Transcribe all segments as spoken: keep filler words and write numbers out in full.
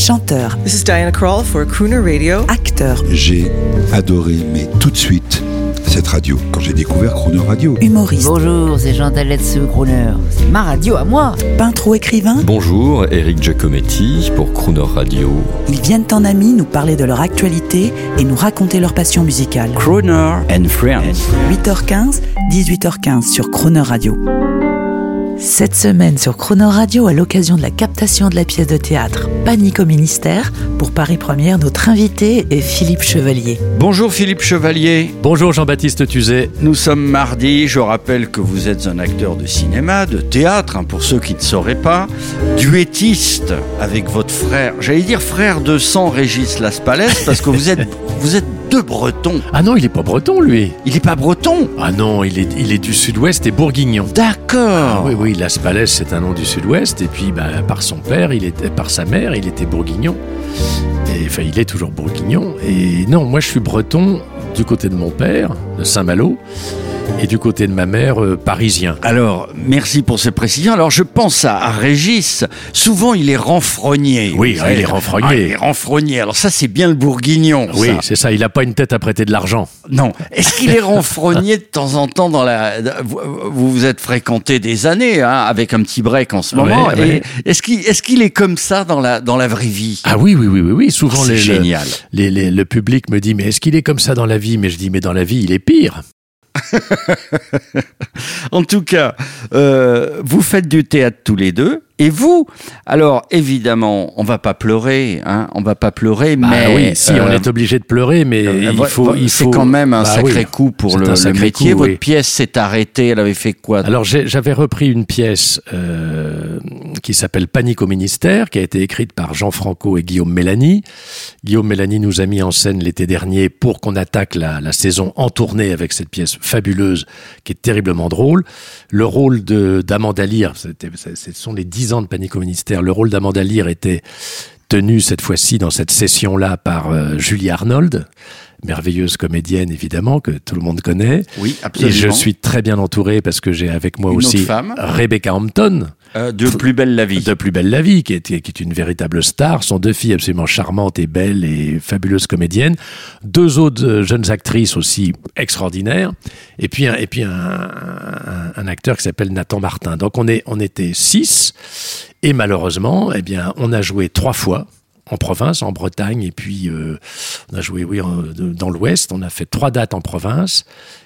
chanteur. This is Diana Krall for Crooner Radio. Acteur. J'ai adoré, mais tout de suite, cette radio, quand j'ai découvert Crooner Radio. Humoriste. Bonjour, c'est Jean Daletsu, Crooner. C'est ma radio à moi. Peintre ou écrivain. Bonjour, Eric Giacometti pour Crooner Radio. Ils viennent en amis nous parler de leur actualité et nous raconter leur passion musicale. Crooner and Friends. huit heures quinze, dix-huit heures quinze sur Crooner Radio. Cette semaine sur Crooner Radio, à l'occasion de la captation de la pièce de théâtre Panique au ministère, pour Paris Première, notre invité est Philippe Chevalier. Bonjour Philippe Chevalier. Bonjour Jean-Baptiste Tuzet. Nous sommes mardi, je rappelle que vous êtes un acteur de cinéma, de théâtre, hein, pour ceux qui ne sauraient pas, duettiste avec votre frère, j'allais dire frère de sang Régis Laspalès, parce que vous êtes, vous êtes deux Bretons. Ah non, il est pas breton lui. Il est pas breton? Ah non, il est, il est du sud-ouest et bourguignon. D'accord. Ah oui, oui, Laspalès c'est un nom du sud-ouest et puis bah, par son père, il était, par sa mère, il était bourguignon. Et, enfin, il est toujours bourguignon. Et non, moi je suis breton du côté de mon père, de Saint-Malo. Et du côté de ma mère, euh, parisien. Alors, merci pour ces précisions. Alors, je pense à, à Régis. Souvent, il est renfrogné. Oui, ah, il est renfrogné. Ah, il est renfrogné. Alors ça, c'est bien le bourguignon. Oui, ça. c'est ça. Il n'a pas une tête à prêter de l'argent. Non. Est-ce qu'il est renfrogné de temps en temps dans la... Vous vous, vous êtes fréquenté des années, hein, avec un petit break en ce moment. Ouais, ouais. Et est-ce qu'il, est-ce qu'il est comme ça dans la, dans la vraie vie? Ah oui, oui, oui, oui, oui. Souvent, oh, c'est les, génial. Le, les, les, le public me dit, mais est-ce qu'il est comme ça dans la vie? Mais je dis, mais dans la vie, il est pire. En tout cas, euh, vous faites du théâtre tous les deux. Et vous, alors évidemment, on va pas pleurer, hein, on va pas pleurer, bah mais oui, si euh, on est obligé de pleurer, mais euh, il faut, il c'est faut... quand même un bah sacré oui, coup pour le, le métier. Coup, Votre oui. pièce s'est arrêtée. Elle avait fait quoi? Alors j'ai, j'avais repris une pièce euh, qui s'appelle Panique au ministère, qui a été écrite par Jean Franco et Guillaume Mélanie. Guillaume Mélanie nous a mis en scène l'été dernier pour qu'on attaque la, la saison en tournée avec cette pièce fabuleuse qui est terriblement drôle. Le rôle de d'Amanda Lear, c'était, ce sont les dix ans de Panique au ministère. Le rôle d'Amanda Lear était tenu cette fois-ci dans cette session-là par euh, Julie Arnold, merveilleuse comédienne évidemment que tout le monde connaît. Oui, absolument. Et je suis très bien entouré parce que j'ai avec moi une aussi femme. Rebecca Hampton. Euh, de Plus belle la vie. De Plus belle la vie, qui est, qui est une véritable star. Ce sont deux filles absolument charmantes et belles et fabuleuses comédiennes. Deux autres jeunes actrices aussi extraordinaires. Et puis un, et puis un, un, un acteur qui s'appelle Nathan Martin. Donc on est, on était six. Et malheureusement, eh bien, on a joué trois fois. En province, en Bretagne, et puis euh, on a joué, oui, en, dans l'Ouest. On a fait trois dates en province.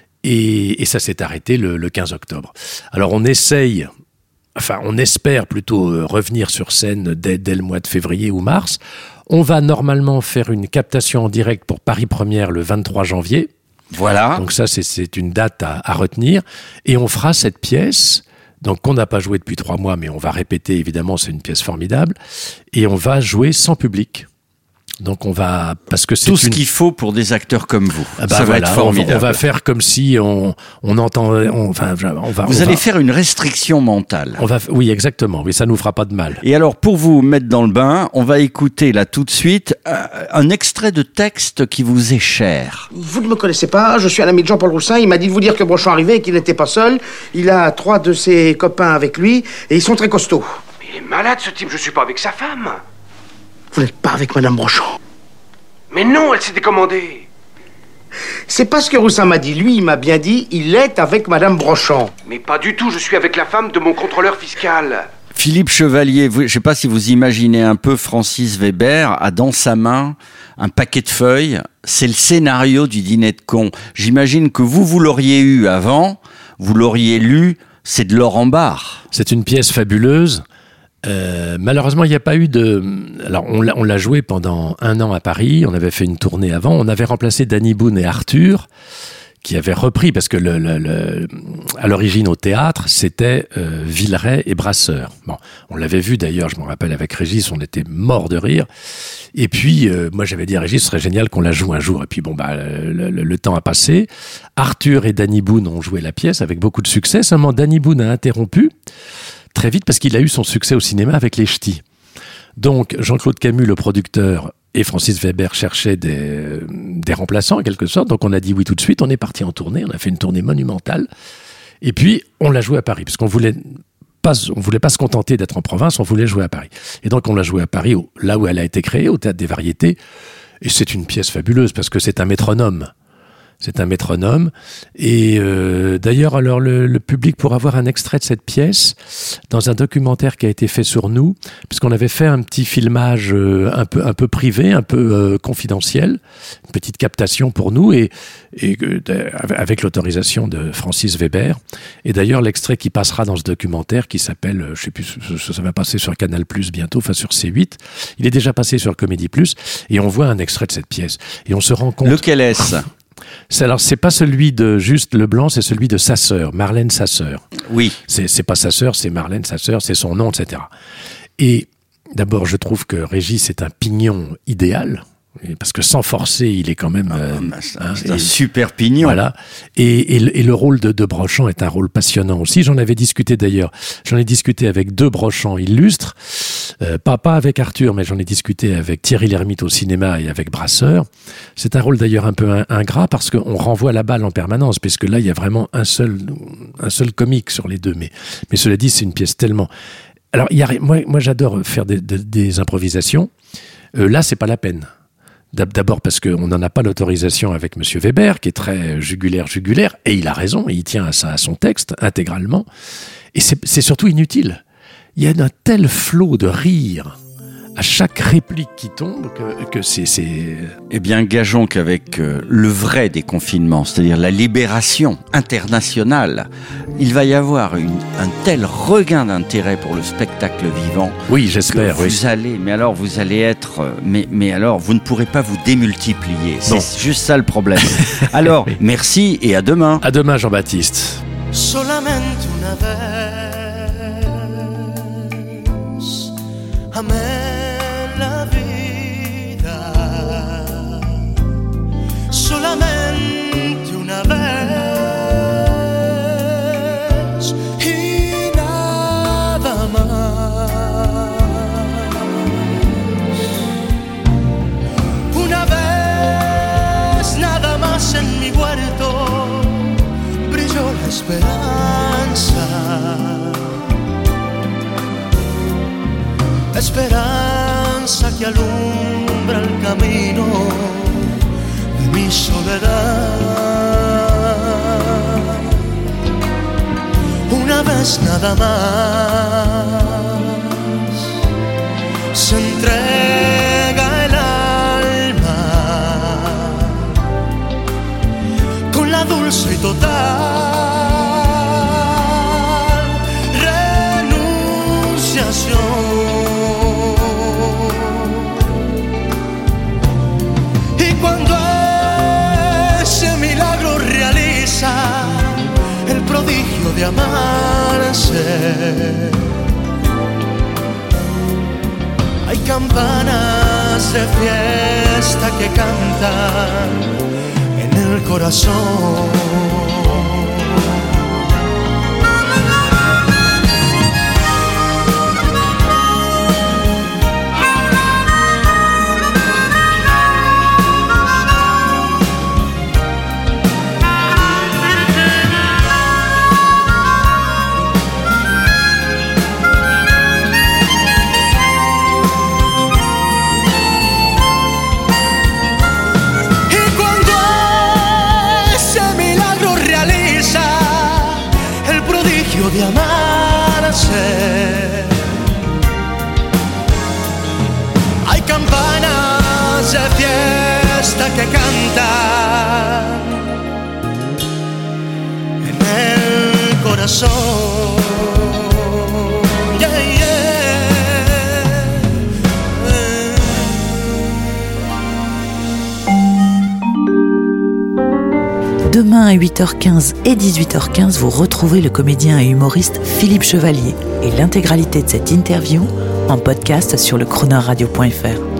Et, et ça s'est arrêté le, le quinze octobre. Alors on essaye... Enfin, on espère plutôt euh, revenir sur scène dès, dès le mois de février ou mars. On va normalement faire une captation en direct pour Paris Première le vingt-trois janvier. Voilà. Donc ça, c'est, c'est une date à, à retenir. Et on fera cette pièce, donc qu'on n'a pas jouée depuis trois mois, mais on va répéter, évidemment, c'est une pièce formidable. Et on va jouer sans public. Donc on va, parce que c'est tout ce une... qu'il faut pour des acteurs comme vous. Ah bah ça voilà, va être formidable. On va, on va faire comme si on, on entendait, on, enfin, on va. Vous on allez va, faire une restriction mentale. On va, oui, exactement. Oui, ça nous fera pas de mal. Et alors, pour vous mettre dans le bain, on va écouter là tout de suite un, un extrait de texte qui vous est cher. Vous ne me connaissez pas, je suis un ami de Jean-Paul Roussin. Il m'a dit de vous dire que Brochon arrivait et qu'il n'était pas seul. Il a trois de ses copains avec lui et ils sont très costauds. Mais il est malade ce type, je suis pas avec sa femme. Vous n'êtes pas avec Madame Brochon. Mais non, elle s'est décommandée. C'est pas ce que Roussin m'a dit. Lui, il m'a bien dit, il est avec Madame Brochon. Mais pas du tout, je suis avec la femme de mon contrôleur fiscal. Philippe Chevalier, vous, je ne sais pas si vous imaginez un peu, Francis Weber a dans sa main un paquet de feuilles. C'est le scénario du Dîner de cons. J'imagine que vous, vous l'auriez eu avant, vous l'auriez lu, c'est de l'or en barre. C'est une pièce fabuleuse. Euh, malheureusement, il n'y a pas eu de... Alors, on l'a, on l'a joué pendant un an à Paris. On avait fait une tournée avant. On avait remplacé Danny Boone et Arthur, qui avaient repris, parce que le, le, le, à l'origine au théâtre, c'était euh, Villeray et Brasseur. Bon, on l'avait vu d'ailleurs, je me rappelle, avec Régis, on était mort de rire. Et puis, euh, moi, j'avais dit à Régis, ce serait génial qu'on la joue un jour. Et puis, bon, bah, le, le, le temps a passé. Arthur et Danny Boone ont joué la pièce avec beaucoup de succès. Seulement, Danny Boone a interrompu très vite parce qu'il a eu son succès au cinéma avec Les Ch'tis. Donc, Jean-Claude Camus, le producteur, et Francis Weber cherchaient des, des remplaçants, en quelque sorte. Donc, on a dit oui tout de suite. On est parti en tournée. On a fait une tournée monumentale. Et puis, on l'a joué à Paris, parce qu'on voulait pas, on voulait pas se contenter d'être en province, on voulait jouer à Paris. Et donc on l'a joué à Paris, là où elle a été créée, au Théâtre des Variétés. Et c'est une pièce fabuleuse parce que c'est un métronome. C'est un métronome. Et euh, d'ailleurs, alors le, le public pourra voir un extrait de cette pièce dans un documentaire qui a été fait sur nous, puisqu'on avait fait un petit filmage euh, un peu un peu privé, un peu euh, confidentiel, une petite captation pour nous, et, et euh, avec l'autorisation de Francis Weber. Et d'ailleurs, l'extrait qui passera dans ce documentaire, qui s'appelle, je sais plus, ça va passer sur Canal plus bientôt, enfin sur C huit. Il est déjà passé sur Comédie plus, et on voit un extrait de cette pièce. Et on se rend compte. Lequel est-ce ? C'est, alors, c'est pas celui de juste Leblanc, c'est celui de sa sœur, Marlène, sa sœur. Oui. C'est, c'est pas sa sœur, c'est Marlène, sa sœur, c'est son nom, et cetera. Et d'abord, je trouve que Régis est un pignon idéal. Parce que sans forcer, il est quand même... Euh, ah, c'est un, hein, c'est un super pignon. Voilà. Et, et, et le rôle de, de Brochant est un rôle passionnant aussi. J'en avais discuté d'ailleurs. J'en ai discuté avec deux Brochants illustres. Euh, pas, pas avec Arthur, mais j'en ai discuté avec Thierry Lhermitte au cinéma et avec Brasseur. C'est un rôle d'ailleurs un peu ingrat parce qu'on renvoie la balle en permanence, puisque là, il y a vraiment un seul, un seul comique sur les deux. Mais, mais cela dit, c'est une pièce tellement... Alors, il y a, moi, moi, j'adore faire des, des, des improvisations. Euh, là, c'est pas la peine. D'abord parce qu'on n'en a pas l'autorisation avec Monsieur Weber, qui est très jugulaire, jugulaire, et il a raison, il tient à, ça, à son texte intégralement. Et c'est, c'est surtout inutile. Il y a un tel flot de rire à chaque réplique qui tombe que, que c'est, c'est... Eh bien, gageons qu'avec euh, le vrai déconfinement, c'est-à-dire la libération internationale, il va y avoir une, un tel regain d'intérêt pour le spectacle vivant. Oui, j'espère. Vous oui. allez, mais alors vous allez être, euh, mais, mais alors vous ne pourrez pas vous démultiplier. Non. C'est juste ça le problème. Alors, merci et à demain. À demain, Jean-Baptiste. Solamente una vez, amé la vida, solamente una vez y nada más. Una vez nada más en mi huerto brilló la esperanza. Esperanza que alumbra el camino de mi soledad. Una vez nada más se entrega el alma con la dulce y total renunciación. El prodigio de amarse. Hay campanas de fiesta que cantan en el corazón. De amarse. Hay campanas de fiesta que cantan en el corazón. Yeah, Demain à huit heures quinze et dix-huit heures quinze, vous retrouvez le comédien et humoriste Philippe Chevalier et l'intégralité de cette interview en podcast sur le crooner radio point f r.